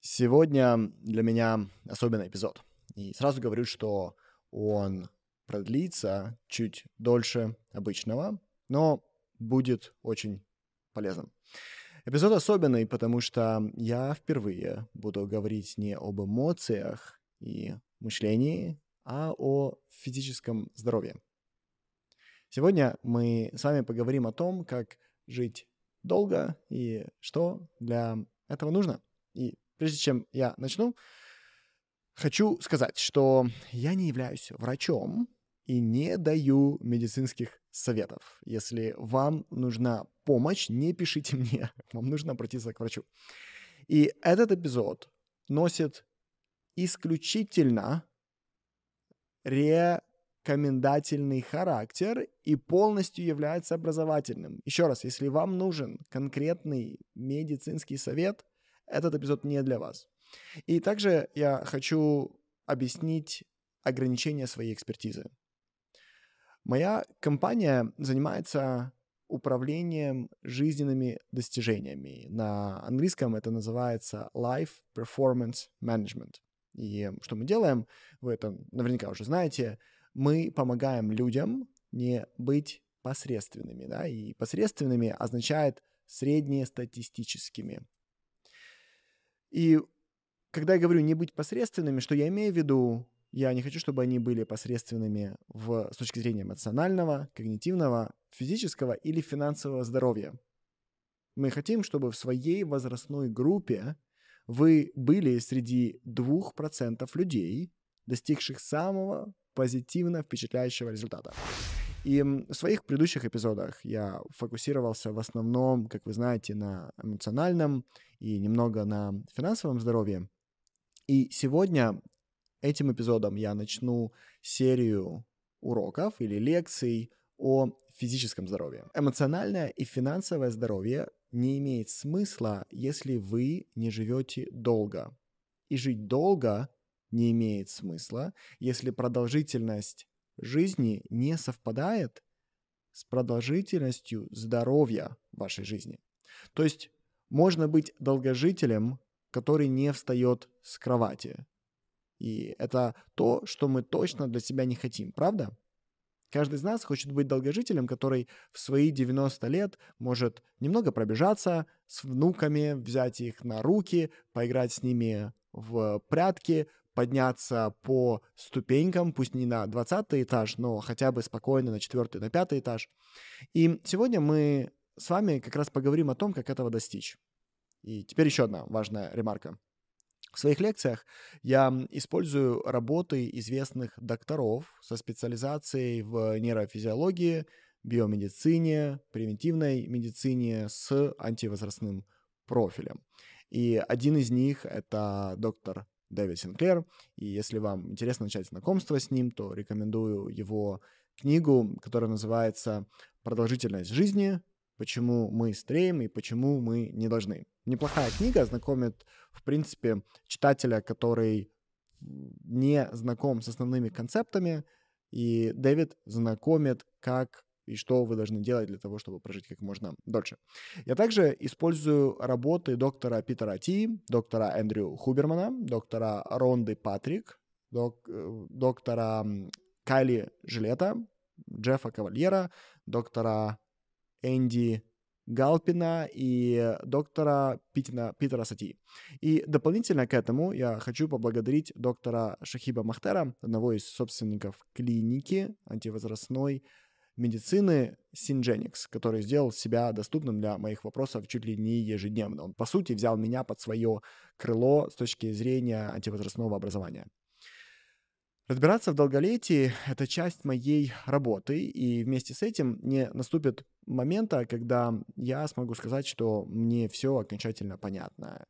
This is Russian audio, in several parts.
Сегодня для меня особенный эпизод. И сразу говорю, что он продлится чуть дольше обычного, но будет очень полезным. Эпизод особенный, потому что я впервые буду говорить не об эмоциях и мышлении, а о физическом здоровье. Сегодня мы с вами поговорим о том, как жить долго и что для этого нужно. И прежде чем я начну, хочу сказать, что я не являюсь врачом и не даю медицинских советов. Если вам нужна помощь, не пишите мне, вам нужно обратиться к врачу. И этот эпизод носит исключительно рекомендательный характер и полностью является образовательным. Еще раз, если вам нужен конкретный медицинский совет, этот эпизод не для вас. И также я хочу объяснить ограничения своей экспертизы. Моя компания занимается управлением жизненными достижениями. На английском это называется Life Performance Management. И что мы делаем, вы это наверняка уже знаете, мы помогаем людям не быть посредственными. Да? И посредственными означает среднестатистическими. И когда я говорю не быть посредственными, что я имею в виду? Я не хочу, чтобы они были посредственными с точки зрения эмоционального, когнитивного, физического или финансового здоровья. Мы хотим, чтобы в своей возрастной группе вы были среди 2% людей, достигших самого позитивно впечатляющего результата. И в своих предыдущих эпизодах я фокусировался в основном, как вы знаете, на эмоциональном и немного на финансовом здоровье. И сегодня этим эпизодом я начну серию уроков или лекций о физическом здоровье. Эмоциональное и финансовое здоровье не имеет смысла, если вы не живете долго. И жить долго не имеет смысла, если продолжительность жизни не совпадает с продолжительностью здоровья вашей жизни. То есть можно быть долгожителем, который не встает с кровати. И это то, что мы точно для себя не хотим, правда? Каждый из нас хочет быть долгожителем, который в свои 90 лет может немного пробежаться с внуками, взять их на руки, поиграть с ними в прятки, подняться по ступенькам, пусть не на 20 этаж, но хотя бы спокойно на 4-й, на 5-й этаж. И сегодня мы с вами как раз поговорим о том, как этого достичь. И теперь еще одна важная ремарка. В своих лекциях я использую работы известных докторов со специализацией в нейрофизиологии, биомедицине, превентивной медицине с антивозрастным профилем. И один из них — это доктор Дэвид Синклер. И если вам интересно начать знакомство с ним, то рекомендую его книгу, которая называется «Продолжительность жизни. Почему мы стареем и почему мы не должны». Неплохая книга, знакомит, в принципе, читателя, который не знаком с основными концептами, и Дэвид знакомит, как и что вы должны делать для того, чтобы прожить как можно дольше. Я также использую работы доктора Питера Ти, доктора Эндрю Хубермана, доктора Ронды Патрик, доктора Кайли Жилета, Джеффа Кавальера, доктора Энди Галпина и доктора Питера Сати. И дополнительно к этому я хочу поблагодарить доктора Шахиба Махтера, одного из собственников клиники антивозрастной медицины Syngenix, который сделал себя доступным для моих вопросов чуть ли не ежедневно. Он, по сути, взял меня под свое крыло с точки зрения антивозрастного образования. Разбираться в долголетии — это часть моей работы, и вместе с этим не наступит момента, когда я смогу сказать, что мне все окончательно понятно.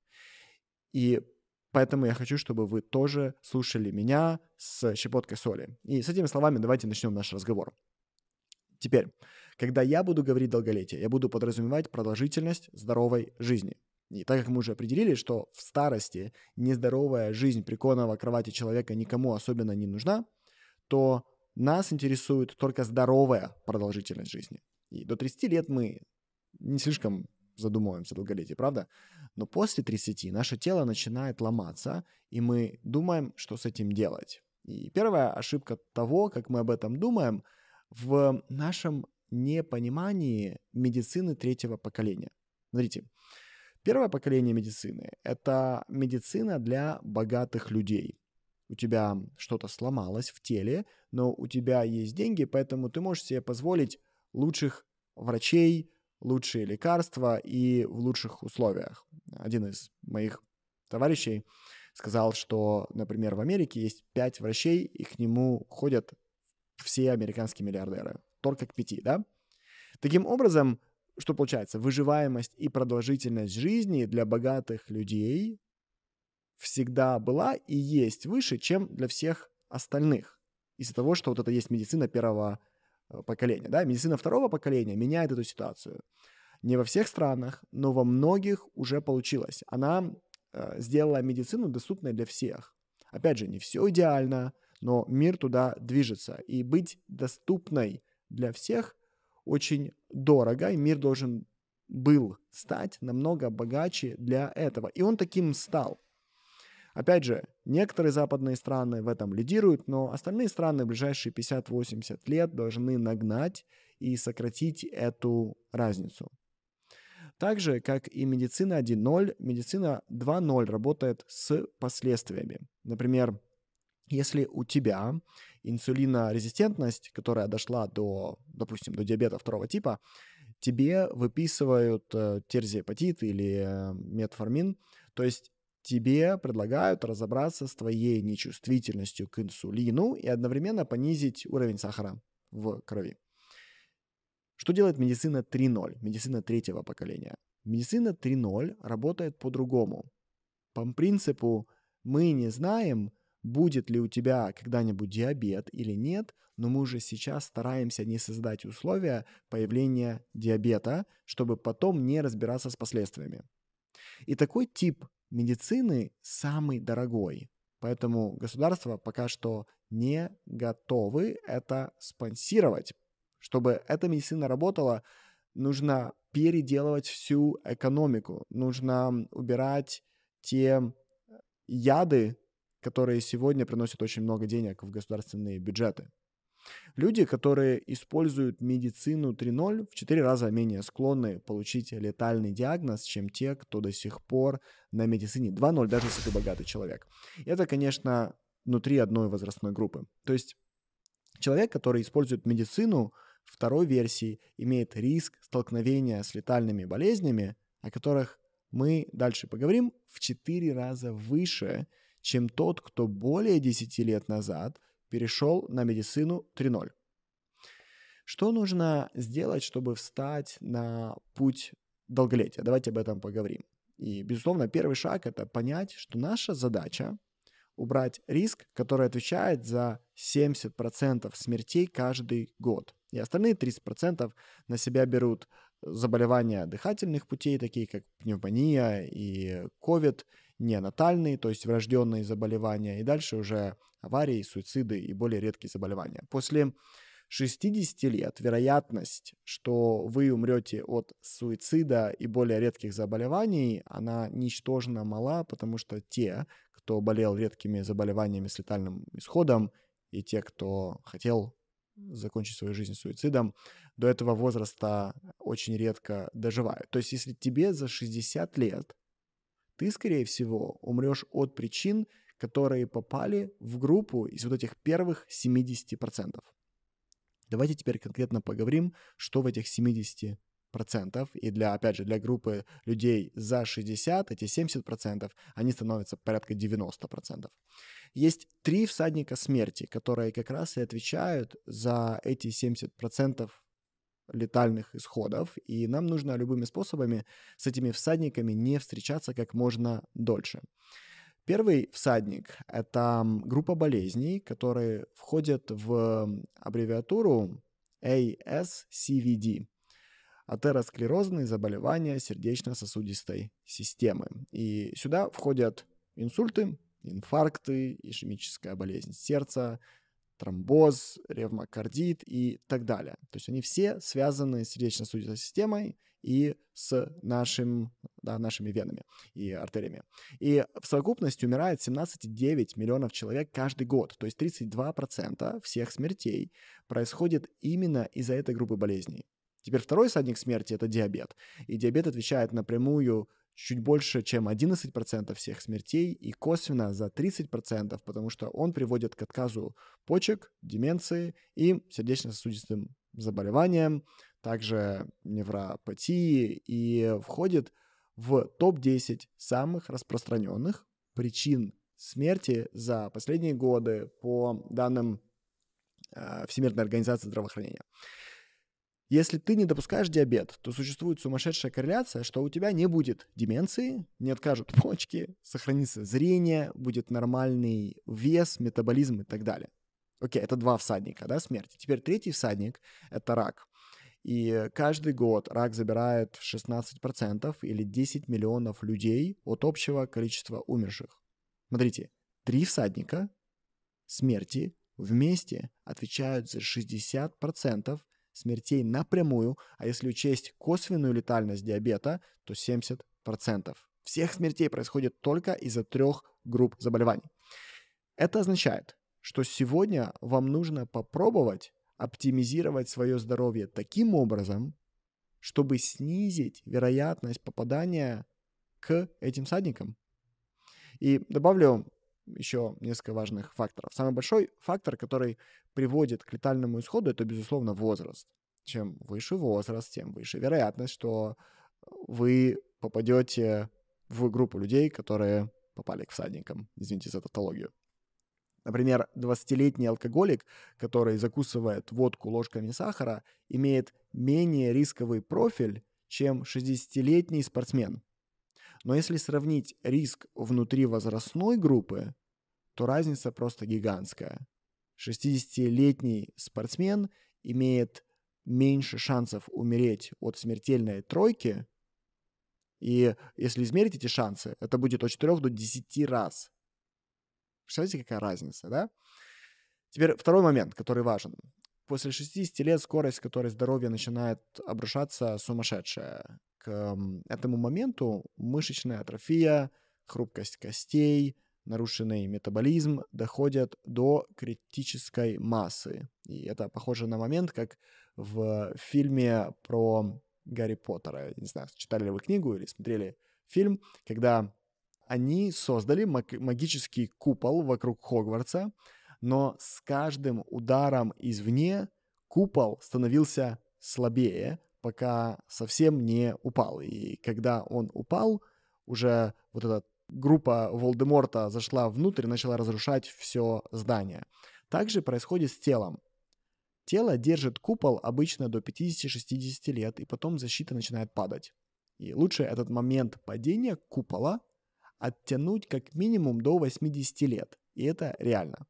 И поэтому я хочу, чтобы вы тоже слушали меня с щепоткой соли. И с этими словами давайте начнем наш разговор. Теперь, когда я буду говорить долголетие, я буду подразумевать продолжительность здоровой жизни. И так как мы уже определили, что в старости нездоровая жизнь прикованного к кровати человека никому особенно не нужна, то нас интересует только здоровая продолжительность жизни. И до 30 лет мы не слишком задумываемся о долголетии, правда? Но после 30 наше тело начинает ломаться, и мы думаем, что с этим делать. И первая ошибка того, как мы об этом думаем, в нашем непонимании медицины третьего поколения. Смотрите, первое поколение медицины – это медицина для богатых людей. У тебя что-то сломалось в теле, но у тебя есть деньги, поэтому ты можешь себе позволить лучших врачей, лучшие лекарства и в лучших условиях. Один из моих товарищей сказал, что, например, в Америке есть 5 врачей, и к нему ходят все американские миллиардеры. Только к 5, да? Таким образом, что получается? Выживаемость и продолжительность жизни для богатых людей всегда была и есть выше, чем для всех остальных. Из-за того, что вот это есть медицина первого поколения. Да? Медицина второго поколения меняет эту ситуацию. Не во всех странах, но во многих уже получилось. Она сделала медицину доступной для всех. Опять же, не все идеально, но мир туда движется. И быть доступной для всех очень дорого, и мир должен был стать намного богаче для этого. И он таким стал. Опять же, некоторые западные страны в этом лидируют, но остальные страны в ближайшие 50-80 лет должны нагнать и сократить эту разницу. Так же, как и медицина 1.0, медицина 2.0 работает с последствиями. Например, если у тебя инсулинорезистентность, которая дошла до, допустим, до диабета второго типа, тебе выписывают терзиапатит или метформин, то есть тебе предлагают разобраться с твоей нечувствительностью к инсулину и одновременно понизить уровень сахара в крови. Что делает медицина 3.0, медицина третьего поколения? Медицина 3.0 работает по-другому. По принципу мы не знаем, будет ли у тебя когда-нибудь диабет или нет, но мы уже сейчас стараемся не создать условия появления диабета, чтобы потом не разбираться с последствиями. И такой тип медицины самый дорогой. Поэтому государства пока что не готовы это спонсировать. Чтобы эта медицина работала, нужно переделывать всю экономику. Нужно убирать те яды, которые сегодня приносят очень много денег в государственные бюджеты. Люди, которые используют медицину 3.0, в 4 раза менее склонны получить летальный диагноз, чем те, кто до сих пор на медицине 2.0, даже если ты богатый человек. Это, конечно, внутри одной возрастной группы. То есть человек, который использует медицину второй версии, имеет риск столкновения с летальными болезнями, о которых мы дальше поговорим, в 4 раза выше, чем тот, кто более 10 лет назад перешел на медицину 3.0. Что нужно сделать, чтобы встать на путь долголетия? Давайте об этом поговорим. И, безусловно, первый шаг – это понять, что наша задача – убрать риск, который отвечает за 70% смертей каждый год. И остальные 30% на себя берут заболевания дыхательных путей, такие как пневмония и ковид, неонатальные, то есть врожденные заболевания, и дальше уже аварии, суициды и более редкие заболевания. После 60 лет вероятность, что вы умрете от суицида и более редких заболеваний, она ничтожно мала, потому что те, кто болел редкими заболеваниями с летальным исходом, и те, кто хотел закончить свою жизнь суицидом, до этого возраста очень редко доживают. То есть если тебе за 60 лет, ты, скорее всего, умрешь от причин, которые попали в группу из вот этих первых 70%. Давайте теперь конкретно поговорим, что в этих 70%, и для, опять же, для группы людей за 60, эти 70%, они становятся порядка 90%. Есть 3 всадника смерти, которые как раз и отвечают за эти 70% летальных исходов, и нам нужно любыми способами с этими всадниками не встречаться как можно дольше. Первый всадник – это группа болезней, которые входят в аббревиатуру ASCVD – атеросклерозные заболевания сердечно-сосудистой системы. И сюда входят инсульты, инфаркты, ишемическая болезнь сердца, тромбоз, ревмокардит и так далее. То есть они все связаны с сердечно-сосудистой системой и с нашими венами и артериями. И в совокупности умирает 17,9 миллионов человек каждый год. То есть 32% всех смертей происходит именно из-за этой группы болезней. Теперь второй всадник смерти – это диабет. И диабет отвечает напрямую чуть больше, чем 11% всех смертей и косвенно за 30%, потому что он приводит к отказу почек, деменции и сердечно-сосудистым заболеваниям, также невропатии, и входит в топ-10 самых распространенных причин смерти за последние годы по данным Всемирной организации здравоохранения. Если ты не допускаешь диабет, то существует сумасшедшая корреляция, что у тебя не будет деменции, не откажут почки, сохранится зрение, будет нормальный вес, метаболизм и так далее. Окей, это 2 всадника, да, смерти. Теперь 3-й всадник – это рак. И каждый год рак забирает 16% или 10 миллионов людей от общего количества умерших. Смотрите, 3 всадника смерти вместе отвечают за 60% смертей напрямую, а если учесть косвенную летальность диабета, то 70%. Всех смертей происходит только из-за 3 групп заболеваний. Это означает, что сегодня вам нужно попробовать оптимизировать свое здоровье таким образом, чтобы снизить вероятность попадания к этим всадникам. И добавлю еще несколько важных факторов. Самый большой фактор, который приводит к летальному исходу, это, безусловно, возраст. Чем выше возраст, тем выше вероятность, что вы попадете в группу людей, которые попали к всадникам. Извините за тавтологию. Например, 20-летний алкоголик, который закусывает водку ложками сахара, имеет менее рисковый профиль, чем 60-летний спортсмен. Но если сравнить риск внутри возрастной группы, то разница просто гигантская. 60-летний спортсмен имеет меньше шансов умереть от смертельной тройки, и если измерить эти шансы, это будет от 4 до 10 раз. Представляете, какая разница, да? Теперь второй момент, который важен. После 60 лет скорость, с которой здоровье начинает обрушаться, сумасшедшая. К этому моменту мышечная атрофия, хрупкость костей, нарушенный метаболизм доходят до критической массы. И это похоже на момент, как в фильме про Гарри Поттера. Не знаю, читали ли вы книгу или смотрели фильм, когда они создали магический купол вокруг Хогвартса, но с каждым ударом извне купол становился слабее, пока совсем не упал. И когда он упал, уже вот эта группа Волдеморта зашла внутрь и начала разрушать все здание. Также происходит с телом. Тело держит купол обычно до 50-60 лет, и потом защита начинает падать. И лучше этот момент падения купола оттянуть как минимум до 80 лет. И это реально.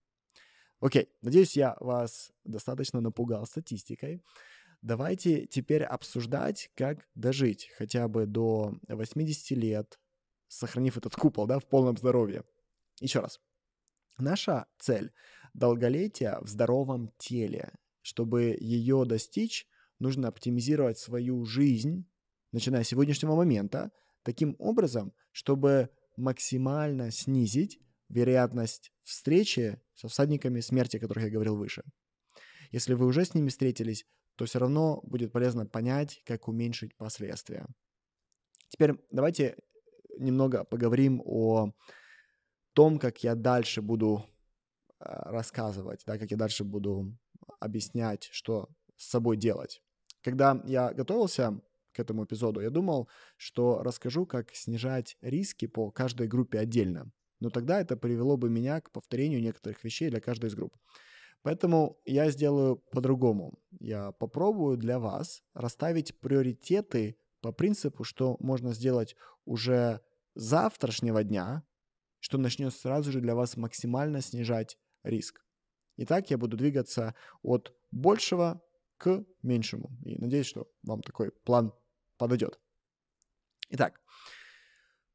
Окей, надеюсь, я вас достаточно напугал статистикой. Давайте теперь обсуждать, как дожить хотя бы до 80 лет, сохранив этот купол, да, в полном здоровье. Еще раз. Наша цель – долголетие в здоровом теле. Чтобы ее достичь, нужно оптимизировать свою жизнь, начиная с сегодняшнего момента, таким образом, чтобы максимально снизить вероятность встречи со всадниками смерти, о которых я говорил выше. Если вы уже с ними встретились, то все равно будет полезно понять, как уменьшить последствия. Теперь давайте немного поговорим о том, как я дальше буду рассказывать, да, как я дальше буду объяснять, что с собой делать. Когда я готовился к этому эпизоду, я думал, что расскажу, как снижать риски по каждой группе отдельно. Но тогда это привело бы меня к повторению некоторых вещей для каждой из групп. Поэтому я сделаю по-другому. Я попробую для вас расставить приоритеты по принципу, что можно сделать уже с завтрашнего дня, что начнет сразу же для вас максимально снижать риск. Итак, я буду двигаться от большего к меньшему. И надеюсь, что вам такой план подойдет. Итак,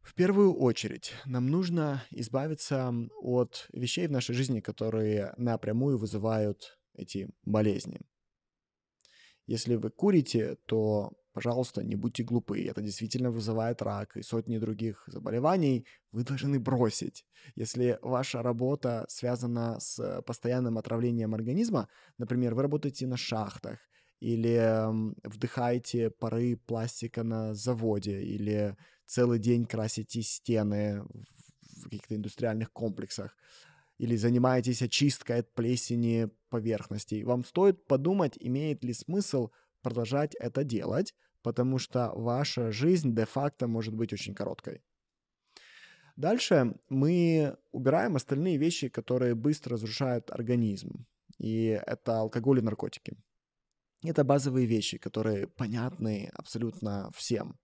В первую очередь нам нужно избавиться от вещей в нашей жизни, которые напрямую вызывают эти болезни. Если вы курите, то, пожалуйста, не будьте глупы. Это действительно вызывает рак и сотни других заболеваний. Вы должны бросить. Если ваша работа связана с постоянным отравлением организма, например, вы работаете на шахтах или вдыхаете пары пластика на заводе или целый день красите стены в каких-то индустриальных комплексах, или занимаетесь очисткой от плесени поверхностей, вам стоит подумать, имеет ли смысл продолжать это делать, потому что ваша жизнь де-факто может быть очень короткой. Дальше мы убираем остальные вещи, которые быстро разрушают организм. И это алкоголь и наркотики. Это базовые вещи, которые понятны абсолютно всем.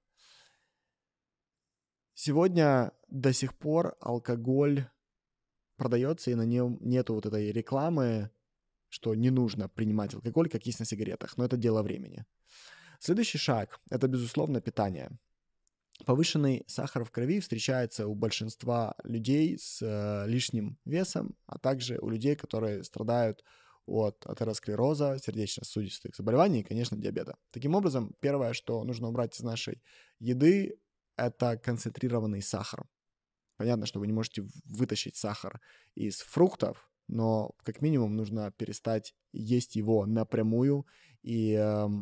Сегодня до сих пор алкоголь продается, и на нем нету вот этой рекламы, что не нужно принимать алкоголь, как есть на сигаретах, но это дело времени. Следующий шаг – это, безусловно, питание. Повышенный сахар в крови встречается у большинства людей с лишним весом, а также у людей, которые страдают от атеросклероза, сердечно-сосудистых заболеваний и, конечно, диабета. Таким образом, первое, что нужно убрать из нашей еды – это концентрированный сахар. Понятно, что вы не можете вытащить сахар из фруктов, но как минимум нужно перестать есть его напрямую и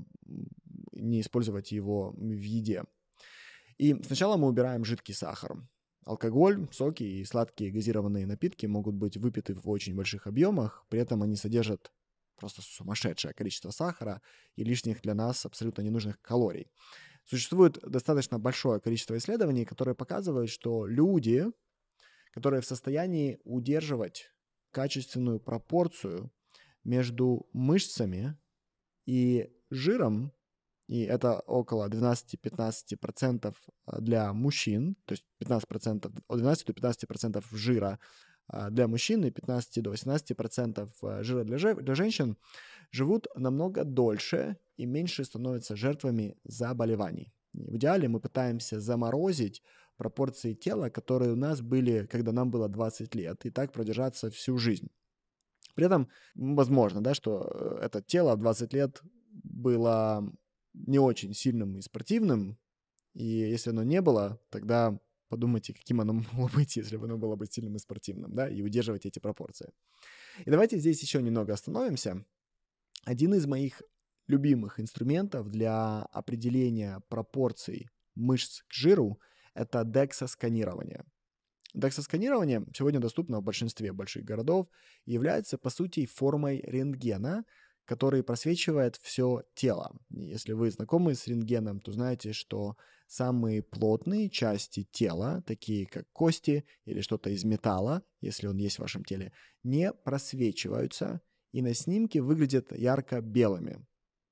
не использовать его в еде. И сначала мы убираем жидкий сахар. Алкоголь, соки и сладкие газированные напитки могут быть выпиты в очень больших объемах, при этом они содержат просто сумасшедшее количество сахара и лишних для нас абсолютно ненужных калорий. Существует достаточно большое количество исследований, которые показывают, что люди, которые в состоянии удерживать качественную пропорцию между мышцами и жиром, и это около 12-15% для мужчин, то есть 15%, от 12 до 15% жира для мужчин и 15 до 18% жира для женщин, живут намного дольше и меньше становятся жертвами заболеваний. В идеале мы пытаемся заморозить пропорции тела, которые у нас были, когда нам было 20 лет, и так продержаться всю жизнь. При этом возможно, да, что это тело в 20 лет было не очень сильным и спортивным, и если оно не было, тогда подумайте, каким оно могло быть, если бы оно было бы сильным и спортивным, да, и удерживать эти пропорции. И давайте здесь еще немного остановимся. Один из моих любимых инструментов для определения пропорций мышц к жиру – это DEXA-сканирование. DEXA-сканирование сегодня доступно в большинстве больших городов и является, по сути, формой рентгена, который просвечивает все тело. Если вы знакомы с рентгеном, то знаете, что самые плотные части тела, такие как кости или что-то из металла, если он есть в вашем теле, не просвечиваются и на снимке выглядят ярко-белыми.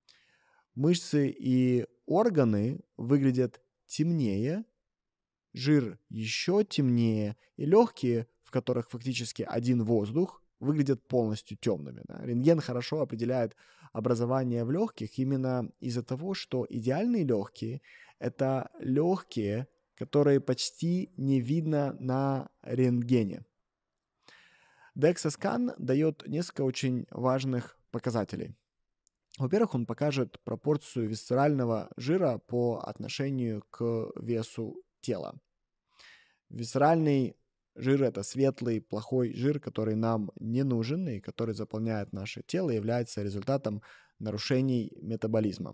Мышцы и органы выглядят темнее, жир еще темнее, и легкие, в которых фактически один воздух, выглядят полностью темными. Да? Рентген хорошо определяет образование в легких именно из-за того, что идеальные легкие – это легкие, которые почти не видно на рентгене. DEXA-скан дает несколько очень важных показателей. Во-первых, он покажет пропорцию висцерального жира по отношению к весу тела. Висцеральный жир – это светлый, плохой жир, который нам не нужен и который заполняет наше тело и является результатом нарушений метаболизма.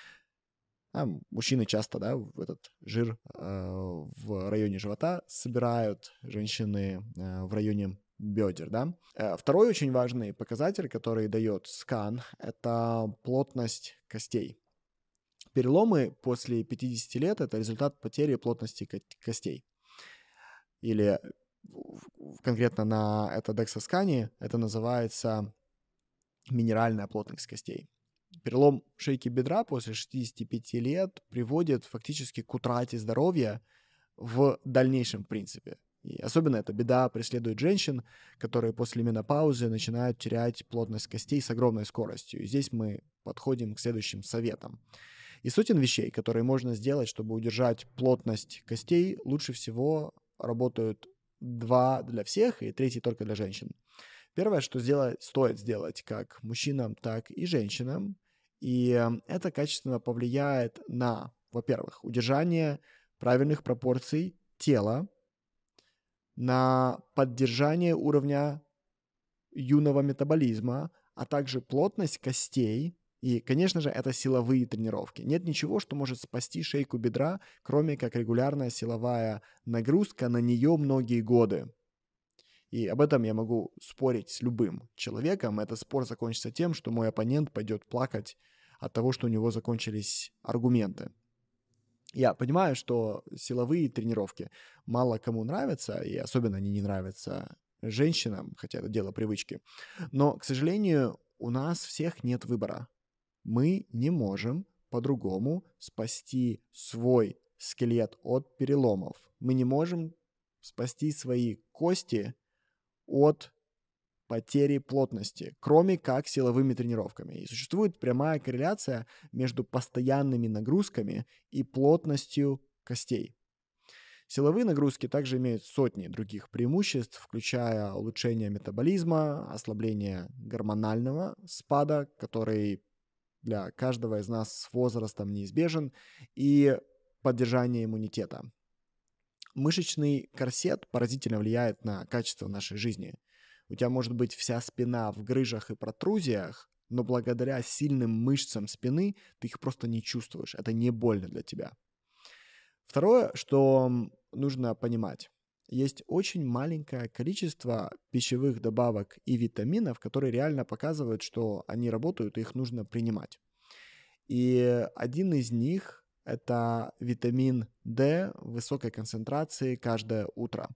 Мужчины часто, да, этот жир в районе живота собирают, женщины в районе бедер, да. Второй очень важный показатель, который дает скан, это плотность костей. Переломы после 50 лет – это результат потери плотности костей. Или конкретно на это DEXA-скане это называется минеральная плотность костей. Перелом шейки бедра после 65 лет приводит фактически к утрате здоровья в дальнейшем принципе. И особенно эта беда преследует женщин, которые после менопаузы начинают терять плотность костей с огромной скоростью. И здесь мы подходим к следующим советам. И сотен вещей, которые можно сделать, чтобы удержать плотность костей, лучше всего работают 2 для всех и 3 только для женщин. Первое, что стоит сделать как мужчинам, так и женщинам, и это качественно повлияет на, во-первых, удержание правильных пропорций тела, на поддержание уровня юного метаболизма, а также плотность костей. И, конечно же, это силовые тренировки. Нет ничего, что может спасти шейку бедра, кроме как регулярная силовая нагрузка на нее многие годы. И об этом я могу спорить с любым человеком. Этот спор закончится тем, что мой оппонент пойдет плакать от того, что у него закончились аргументы. Я понимаю, что силовые тренировки мало кому нравятся, и особенно они не нравятся женщинам, хотя это дело привычки. Но, к сожалению, у нас всех нет выбора. Мы не можем по-другому спасти свой скелет от переломов. Мы не можем спасти свои кости от потери плотности, кроме как силовыми тренировками. И существует прямая корреляция между постоянными нагрузками и плотностью костей. Силовые нагрузки также имеют сотни других преимуществ, включая улучшение метаболизма, ослабление гормонального спада, который для каждого из нас с возрастом неизбежен, и поддержание иммунитета. Мышечный корсет поразительно влияет на качество нашей жизни. У тебя может быть вся спина в грыжах и протрузиях, но благодаря сильным мышцам спины ты их просто не чувствуешь. Это не больно для тебя. Второе, что нужно понимать. Есть очень маленькое количество пищевых добавок и витаминов, которые реально показывают, что они работают, и их нужно принимать. И один из них – это витамин D в высокой концентрации каждое утро.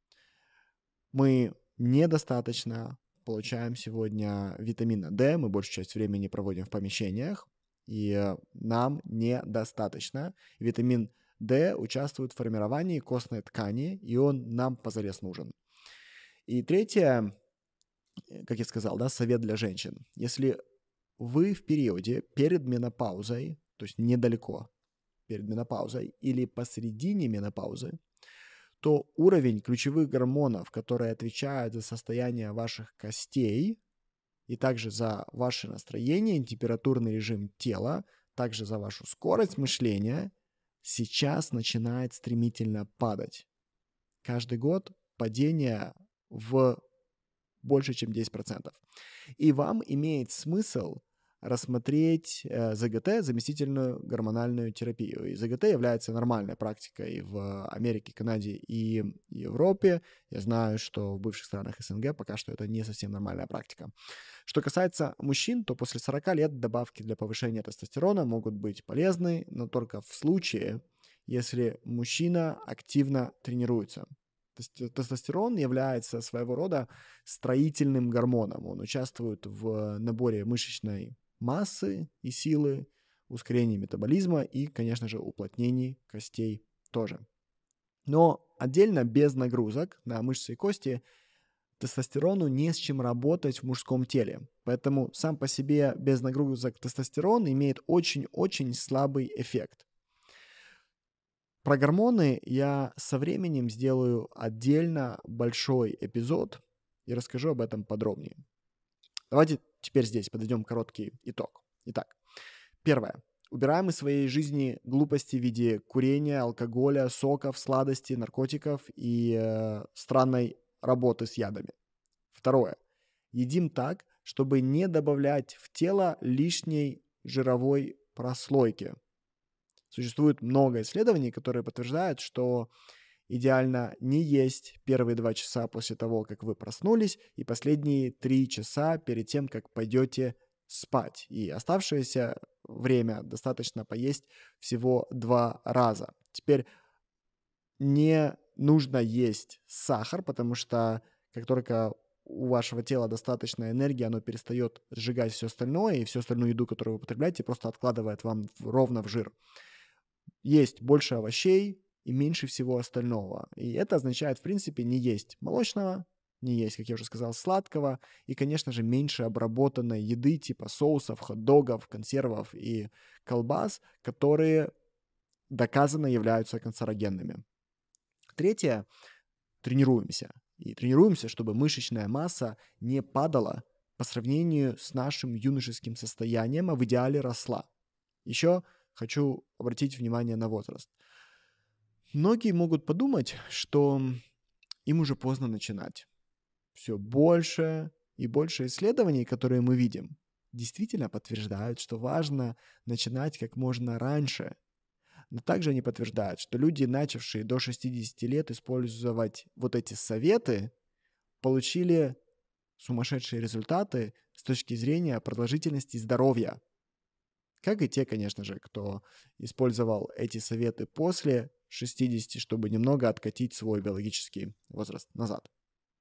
Мы недостаточно получаем сегодня витамина D, мы большую часть времени проводим в помещениях, и нам недостаточно. Витамин D участвует в формировании костной ткани, и он нам позарез нужен. И третье, как я сказал, совет для женщин. Если вы в периоде перед менопаузой, то есть недалеко перед менопаузой или посередине менопаузы, то уровень ключевых гормонов, которые отвечают за состояние ваших костей и также за ваше настроение, температурный режим тела, также за вашу скорость мышления, сейчас начинает стремительно падать. Каждый год падение в больше, чем 10%. И вам имеет смысл рассмотреть ЗГТ, заместительную гормональную терапию. И ЗГТ является нормальной практикой в Америке, Канаде и Европе. Я знаю, что в бывших странах СНГ пока что это не совсем нормальная практика. Что касается мужчин, то после 40 лет добавки для повышения тестостерона могут быть полезны, но только в случае, если мужчина активно тренируется. Тестостерон является своего рода строительным гормоном. Он участвует в наборе мышечной массы и силы, ускорении метаболизма и, конечно же, уплотнении костей тоже. Но отдельно без нагрузок на мышцы и кости тестостерону не с чем работать в мужском теле. Поэтому сам по себе без нагрузок тестостерон имеет очень-очень слабый эффект. Про гормоны я со временем сделаю отдельно большой эпизод и расскажу об этом подробнее. Давайте теперь здесь подведем короткий итог. Итак, первое. Убираем из своей жизни глупости в виде курения, алкоголя, соков, сладостей, наркотиков и странной работы с ядами. Второе. Едим так, чтобы не добавлять в тело лишней жировой прослойки. Существует много исследований, которые подтверждают, что идеально не есть первые 2 часа после того, как вы проснулись, и последние 3 часа перед тем, как пойдете спать. И оставшееся время достаточно поесть всего 2 раза. Теперь не нужно есть сахар, потому что как только у вашего тела достаточно энергии, оно перестает сжигать все остальное, и всю остальную еду, которую вы употребляете, просто откладывает вам ровно в жир. Есть больше овощей и меньше всего остального. И это означает, в принципе, не есть молочного, не есть, как я уже сказал, сладкого, и, конечно же, меньше обработанной еды типа соусов, хот-догов, консервов и колбас, которые доказанно являются канцерогенными. Третье – тренируемся. И тренируемся, чтобы мышечная масса не падала по сравнению с нашим юношеским состоянием, а в идеале росла. Еще хочу обратить внимание на возраст. Многие могут подумать, что им уже поздно начинать. Все больше и больше исследований, которые мы видим, действительно подтверждают, что важно начинать как можно раньше. Но также они подтверждают, что люди, начавшие до 60 лет использовать вот эти советы, получили сумасшедшие результаты с точки зрения продолжительности здоровья. Как и те, конечно же, кто использовал эти советы после 60, чтобы немного откатить свой биологический возраст назад.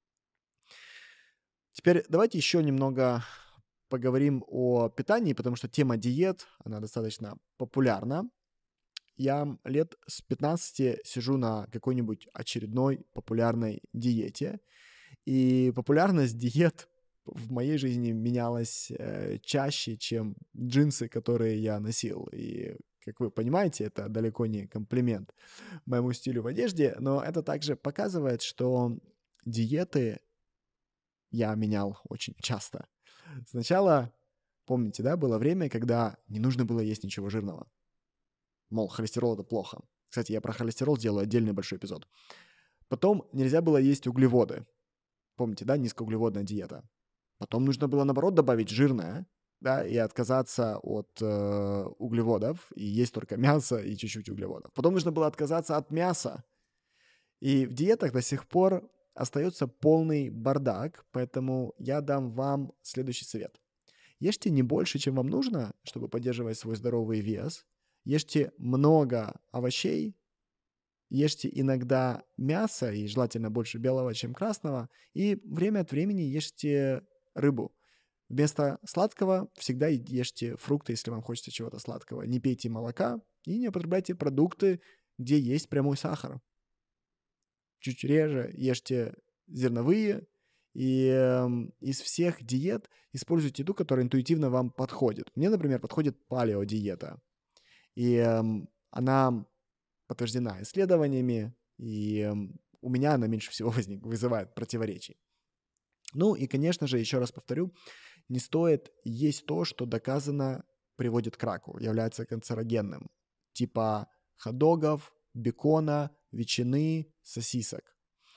Теперь давайте еще немного поговорим о питании, потому что тема диет, она достаточно популярна. Я лет с 15 сижу на какой-нибудь очередной популярной диете, и популярность диет в моей жизни менялась чаще, чем джинсы, которые я носил. И, как вы понимаете, это далеко не комплимент моему стилю в одежде, но это также показывает, что диеты я менял очень часто. Сначала, помните, да, было время, когда не нужно было есть ничего жирного. Мол, холестерол — это плохо. Кстати, я про холестерол сделаю отдельный большой эпизод. Потом нельзя было есть углеводы. Помните, да, низкоуглеводная диета. Потом нужно было, наоборот, добавить жирное, да, и отказаться от углеводов, и есть только мясо и чуть-чуть углеводов. Потом нужно было отказаться от мяса. И в диетах до сих пор остается полный бардак, поэтому я дам вам следующий совет. Ешьте не больше, чем вам нужно, чтобы поддерживать свой здоровый вес. Ешьте много овощей, ешьте иногда мясо, и желательно больше белого, чем красного, и время от времени ешьте рыбу. Вместо сладкого всегда ешьте фрукты, если вам хочется чего-то сладкого. Не пейте молока и не употребляйте продукты, где есть прямой сахар. Чуть реже ешьте зерновые, и из всех диет используйте ту, которая интуитивно вам подходит. Мне, например, подходит палеодиета, и она подтверждена исследованиями, и у меня она меньше всего вызывает противоречий. Ну и, конечно же, еще раз повторю, не стоит есть то, что доказано приводит к раку, является канцерогенным, типа хот-догов, бекона, ветчины, сосисок.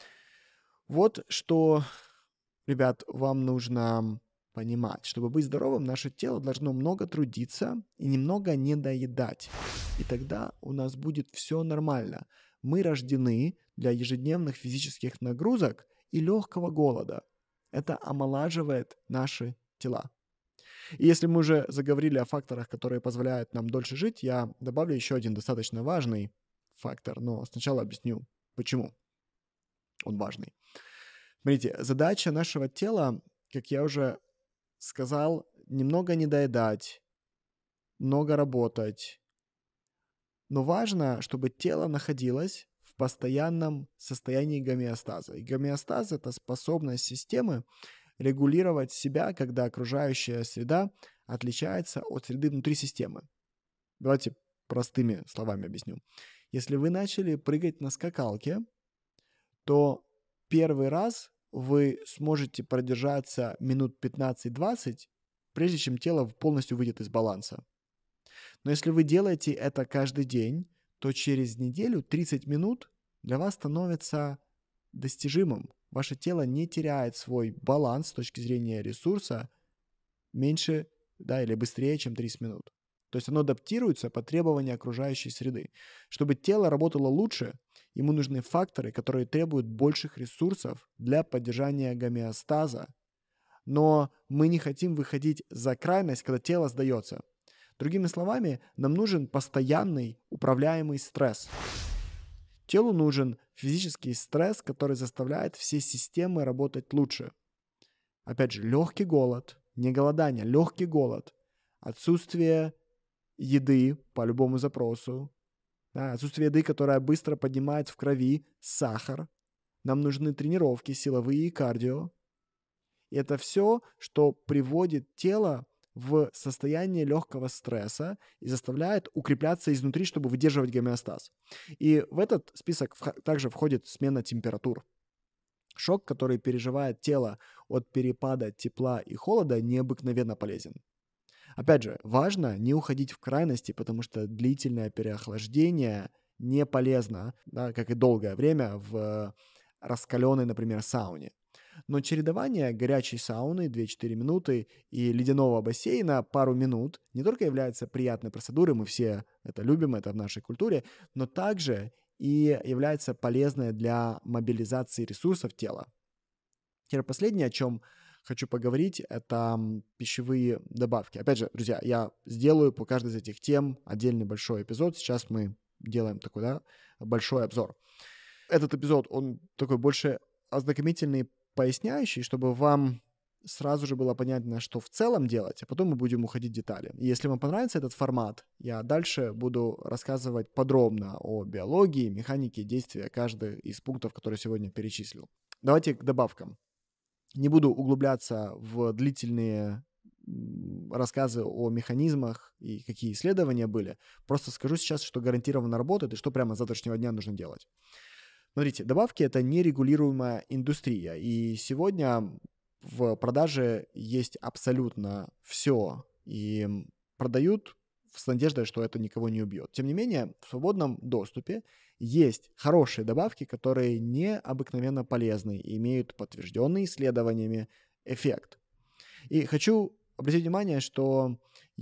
Вот что, ребят, вам нужно понимать. Чтобы быть здоровым, наше тело должно много трудиться и немного недоедать. И тогда у нас будет все нормально. Мы рождены для ежедневных физических нагрузок и легкого голода. Это омолаживает наши тела. И если мы уже заговорили о факторах, которые позволяют нам дольше жить, я добавлю еще один достаточно важный фактор, но сначала объясню, почему он важный. Смотрите, задача нашего тела, как я уже сказал, немного недоедать, много работать. Но важно, чтобы тело находилось в постоянном состоянии гомеостаза. И гомеостаз — это способность системы регулировать себя, когда окружающая среда отличается от среды внутри системы. Давайте простыми словами объясню. Если вы начали прыгать на скакалке, то первый раз вы сможете продержаться минут 15-20, прежде чем тело полностью выйдет из баланса. Но если вы делаете это каждый день, то через неделю 30 минут для вас становится достижимым. Ваше тело не теряет свой баланс с точки зрения ресурса меньше, да, или быстрее, чем 30 минут. То есть оно адаптируется под требования окружающей среды. Чтобы тело работало лучше, ему нужны факторы, которые требуют больших ресурсов для поддержания гомеостаза. Но мы не хотим выходить за крайность, когда тело сдается. Другими словами, нам нужен постоянный управляемый стресс. Телу нужен физический стресс, который заставляет все системы работать лучше. Опять же, легкий голод, не голодание, легкий голод, отсутствие еды по любому запросу, да, отсутствие еды, которая быстро поднимает в крови сахар, нам нужны тренировки силовые и кардио. И это все, что приводит тело в состояние легкого стресса и заставляет укрепляться изнутри, чтобы выдерживать гомеостаз. И в этот список также входит смена температур. Шок, который переживает тело от перепада тепла и холода, необыкновенно полезен. Опять же, важно не уходить в крайности, потому что длительное переохлаждение не полезно, да, как и долгое время в раскаленной, например, сауне. Но чередование горячей сауны 2-4 минуты и ледяного бассейна пару минут не только является приятной процедурой, мы все это любим, это в нашей культуре, но также и является полезной для мобилизации ресурсов тела. Теперь последнее, о чем хочу поговорить, это пищевые добавки. Опять же, друзья, я сделаю по каждой из этих тем отдельный большой эпизод. Сейчас мы делаем такой, да, большой обзор. Этот эпизод, он такой больше ознакомительный, поясняющий, чтобы вам сразу же было понятно, что в целом делать, а потом мы будем уходить в детали. И если вам понравится этот формат, я дальше буду рассказывать подробно о биологии, механике действия каждого из пунктов, которые сегодня перечислил. Давайте к добавкам. Не буду углубляться в длительные рассказы о механизмах и какие исследования были. Просто скажу сейчас, что гарантированно работает и что прямо с завтрашнего дня нужно делать. Смотрите, добавки — это нерегулируемая индустрия, и сегодня в продаже есть абсолютно все, и продают с надеждой, что это никого не убьет. Тем не менее, в свободном доступе есть хорошие добавки, которые необыкновенно полезны и имеют подтвержденный исследованиями эффект. И хочу обратить внимание, что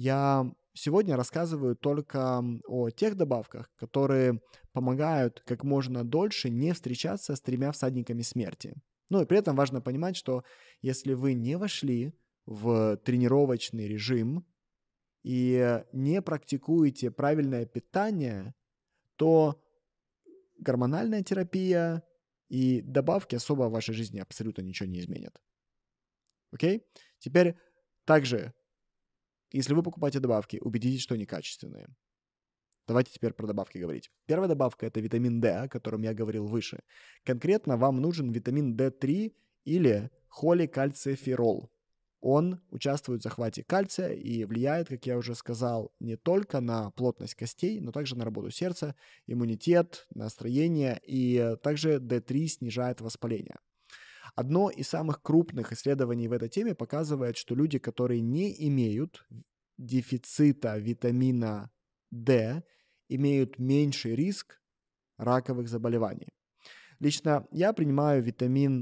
я сегодня рассказываю только о тех добавках, которые помогают как можно дольше не встречаться с 3 всадниками смерти. Ну и при этом важно понимать, что если вы не вошли в тренировочный режим и не практикуете правильное питание, то гормональная терапия и добавки особо в вашей жизни абсолютно ничего не изменят. Окей? Теперь также, если вы покупаете добавки, убедитесь, что они качественные. Давайте теперь про добавки говорить. Первая добавка — это витамин D, о котором я говорил выше. Конкретно вам нужен витамин D3 или холекальциферол. Он участвует в захвате кальция и влияет, как я уже сказал, не только на плотность костей, но также на работу сердца, иммунитет, настроение, и также D3 снижает воспаление. Одно из самых крупных исследований в этой теме показывает, что люди, которые не имеют дефицита витамина D, имеют меньший риск раковых заболеваний. Лично я принимаю витамин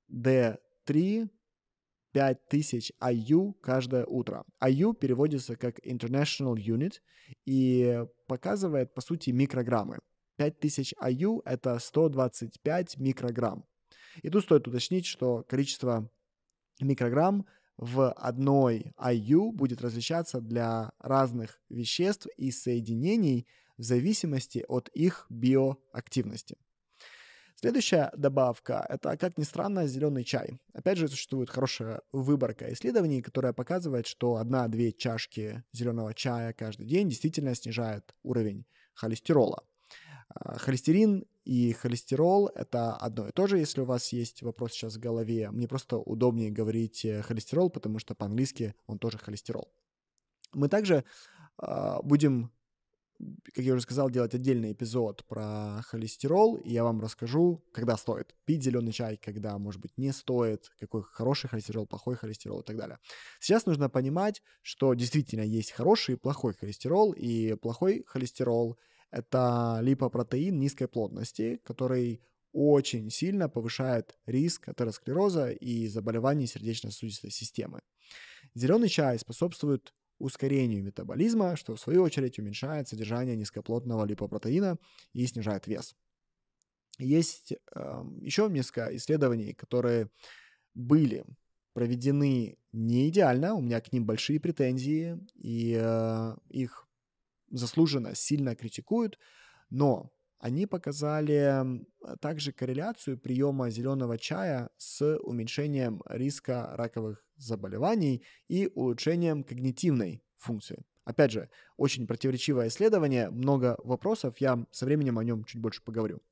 D3 5000 IU каждое утро. IU переводится как International Unit и показывает, по сути, микрограммы. 5000 IU — это 125 микрограмм. И тут стоит уточнить, что количество микрограмм в одной IU будет различаться для разных веществ и соединений в зависимости от их биоактивности. Следующая добавка — это, как ни странно, зеленый чай. Опять же, существует хорошая выборка исследований, которая показывает, что 1-2 чашки зеленого чая каждый день действительно снижает уровень холестерола. Холестерин и холестерол — это одно и то же. Если у вас есть вопрос сейчас в голове, мне просто удобнее говорить холестерол, потому что по-английски он тоже холестерол. Мы также будем, как я уже сказал, делать отдельный эпизод про холестерол, и я вам расскажу, когда стоит пить зеленый чай, когда, может быть, не стоит, какой хороший холестерол, плохой холестерол и так далее. Сейчас нужно понимать, что действительно есть хороший и плохой холестерол, и плохой холестерол — это липопротеин низкой плотности, который очень сильно повышает риск атеросклероза и заболеваний сердечно-сосудистой системы. Зеленый чай способствует ускорению метаболизма, что в свою очередь уменьшает содержание низкоплотного липопротеина и снижает вес. Есть еще несколько исследований, которые были проведены не идеально, у меня к ним большие претензии, и их заслуженно сильно критикуют, но они показали также корреляцию приема зеленого чая с уменьшением риска раковых заболеваний и улучшением когнитивной функции. Опять же, очень противоречивое исследование, много вопросов, я со временем о нем чуть больше поговорю.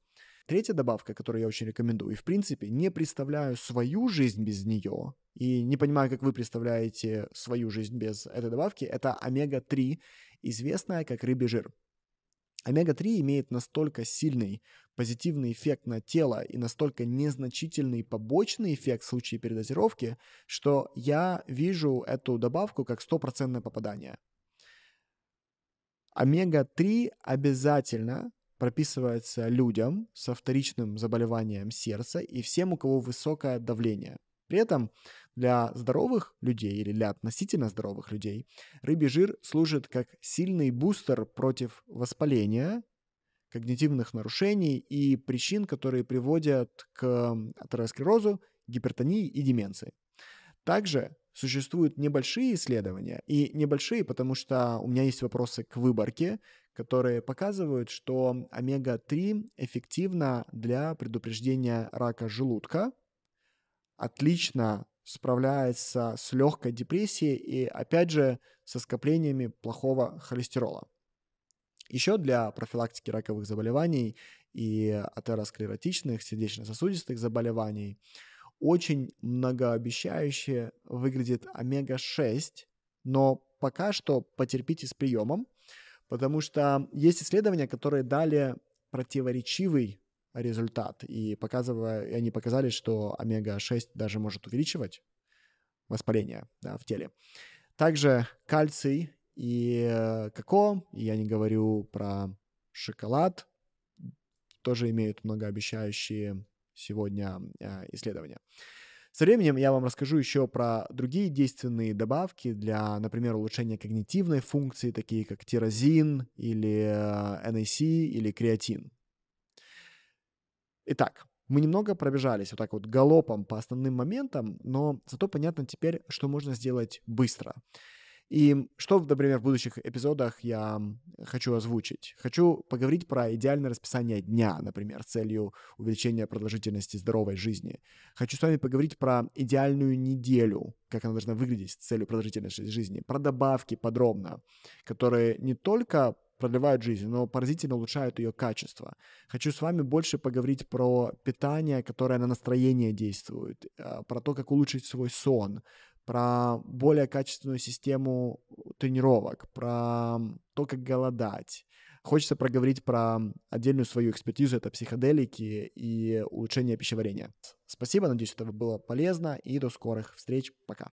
Третья добавка, которую я очень рекомендую, и в принципе не представляю свою жизнь без нее, и не понимаю, как вы представляете свою жизнь без этой добавки, это омега-3, известная как рыбий жир. Омега-3 имеет настолько сильный позитивный эффект на тело и настолько незначительный побочный эффект в случае передозировки, что я вижу эту добавку как 100% попадание. Омега-3 обязательно прописывается людям со вторичным заболеванием сердца и всем, у кого высокое давление. При этом для здоровых людей или для относительно здоровых людей рыбий жир служит как сильный бустер против воспаления, когнитивных нарушений и причин, которые приводят к атеросклерозу, гипертонии и деменции. Также существуют небольшие исследования, и небольшие, потому что у меня есть вопросы к выборке, которые показывают, что омега-3 эффективна для предупреждения рака желудка, отлично справляется с легкой депрессией и, опять же, со скоплениями плохого холестерола. Еще для профилактики раковых заболеваний и атеросклеротичных, сердечно-сосудистых заболеваний очень многообещающе выглядит омега-6, но пока что потерпите с приемом, потому что есть исследования, которые дали противоречивый результат, и они показали, что омега-6 даже может увеличивать воспаление, да, в теле. Также кальций и какао, и я не говорю про шоколад, тоже имеют многообещающие сегодня исследования. Со временем я вам расскажу еще про другие действенные добавки для, например, улучшения когнитивной функции, такие как тирозин или NAC или креатин. Итак, мы немного пробежались вот так вот галопом по основным моментам, но зато понятно теперь, что можно сделать быстро. И что, например, в будущих эпизодах я хочу озвучить? Хочу поговорить про идеальное расписание дня, например, с целью увеличения продолжительности здоровой жизни. Хочу с вами поговорить про идеальную неделю, как она должна выглядеть с целью продолжительности жизни, про добавки подробно, которые не только продлевают жизнь, но поразительно улучшают ее качество. Хочу с вами больше поговорить про питание, которое на настроение действует, про то, как улучшить свой сон, про более качественную систему тренировок, про то, как голодать. Хочется проговорить про отдельную свою экспертизу, это психоделики и улучшение пищеварения. Спасибо, надеюсь, это было полезно, и до скорых встреч. Пока.